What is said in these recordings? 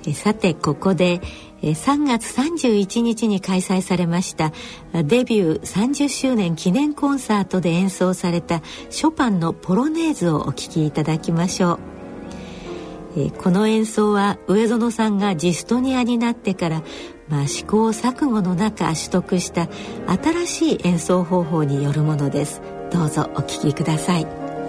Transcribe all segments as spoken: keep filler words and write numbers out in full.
えさてここでえさんがつさんじゅういちにちに開催されましたデビューさんじゅっしゅうねん記念コンサートで演奏されたショパンのポロネーズをお聴きいただきましょう。えこの演奏は上園さんがジストニアになってから、まあ、試行錯誤の中取得した新しい演奏方法によるものです。どうぞお聴きください。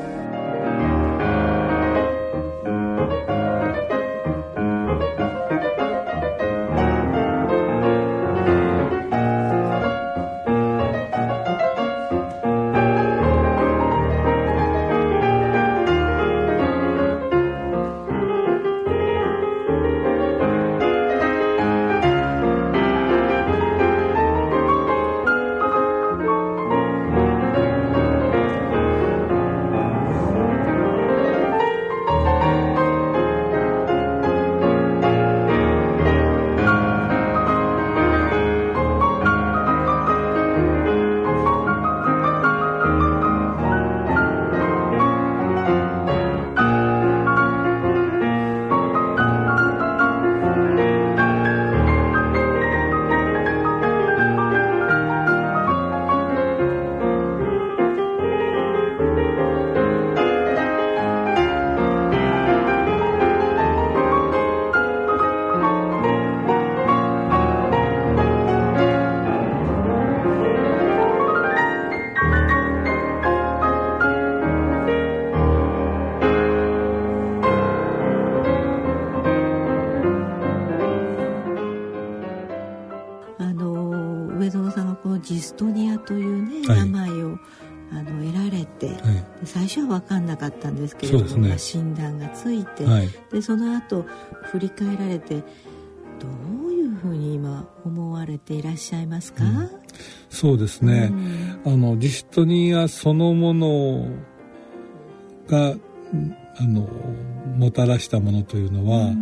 ジストニアというね、はい、病をあの得られて、はい、最初は分かんなかったんですけれども、ね、まあ、診断がついて、はい、でその後振り返られてどういうふうに今思われていらっしゃいますか？うん、 そうですね、うん、あのジストニアそのものがあのもたらしたものというのは、うん、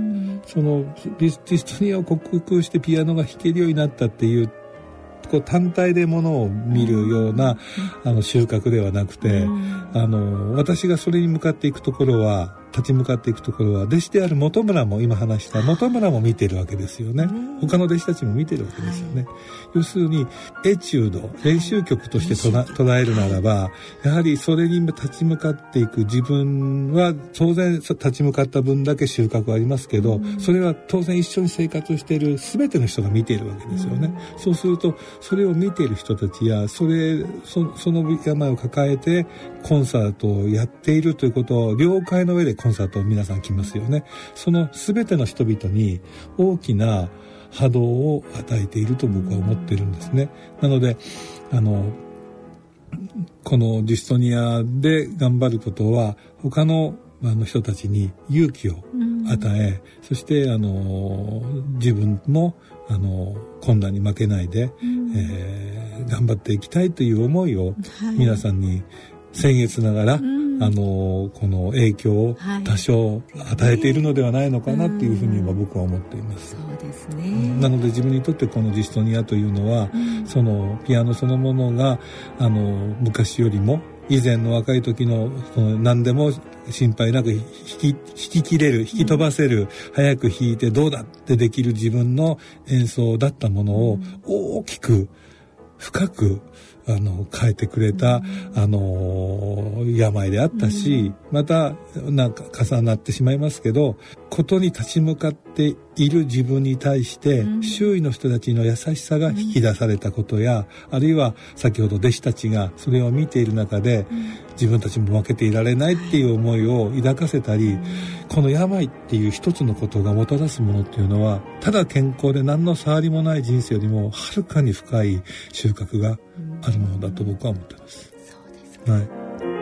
そのジストニアを克服してピアノが弾けるようになったっていうこう単体でものを見るような、うん、あの収穫ではなくて、うん、あの私がそれに向かっていくところは立ち向かっていくところは弟子である本村も今話した本村も見てるわけですよね、うん、他の弟子たちも見てるわけですよね、はい、要するにエチュード練習曲としてとな、はい、捉えるならばやはりそれに立ち向かっていく自分は当然立ち向かった分だけ収穫はありますけど、うん、それは当然一緒に生活している全ての人が見ているわけですよね、うん、そうするとそれを見ている人たちやそれ そ, その病を抱えてコンサートをやっているということを了解の上でコンサートを皆さん来ますよね。その全ての人々に大きな波動を与えていると僕は思っているんですね。なのであのこのジストニアで頑張ることは他のあの人たちに勇気を与え、そしてあの自分もあの困難に負けないで、えー、頑張っていきたいという思いを皆さんに僭越ながら、はい、あのこの影響を多少与えているのではないのかなっていうふうには僕は思っています。 そうですね。 なので自分にとってこのジストニアというのは、うん、そのピアノそのものがあの昔よりも以前の若い時のその何でも心配なく弾き、弾き切れる、弾き飛ばせる、うん、早く弾いてどうだってできる自分の演奏だったものを大きく深くあの変えてくれた、うん、あの病であったし、うん、またなんか重なってしまいますけど、ことに立ち向かっている自分に対して、うん、周囲の人たちの優しさが引き出されたことや、うん、あるいは先ほど弟子たちがそれを見ている中で、うん、自分たちも負けていられないっていう思いを抱かせたり、うん、この病っていう一つのことがもたらすものっていうのはただ健康で何の障りもない人生よりもはるかに深い収穫があるものだと僕は思っています。 そうですね。はい。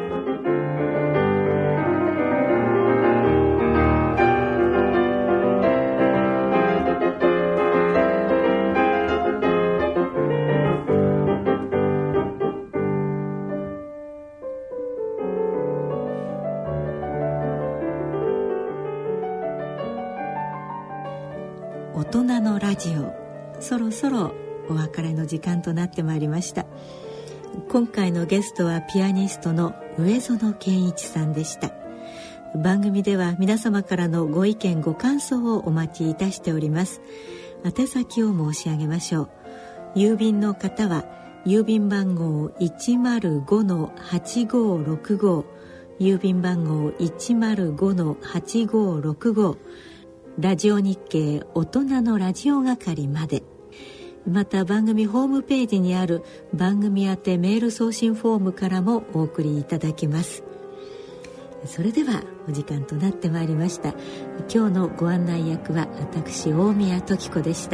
大人のラジオ、そろそろお別れの時間となってまいりました。今回のゲストはピアニストの上園健一さんでした。 番組では皆様からのご意見ご感想をお待ちいたしております。宛先を申し上げましょう。郵便の方は郵便番号 いちまるごのはちごろくご、 郵便番号 いちまるごのはちごろくご、ラジオ日経大人のラジオ係まで。また番組ホームページにある番組宛てメール送信フォームからもお送りいただけます。それではお時間となってまいりました。今日のご案内役は私大宮時子でした。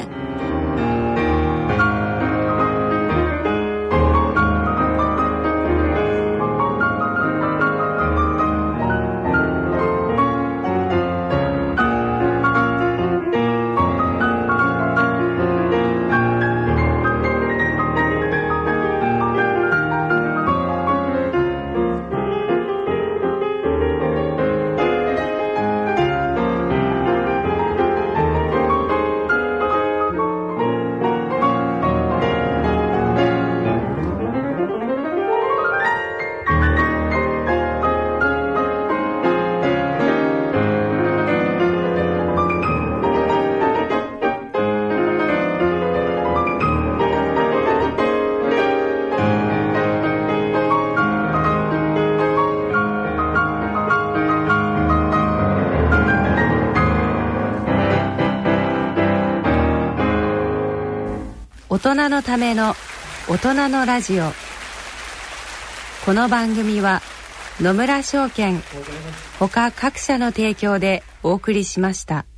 大人のための大人のラジオ。この番組は野村証券ほか各社の提供でお送りしました。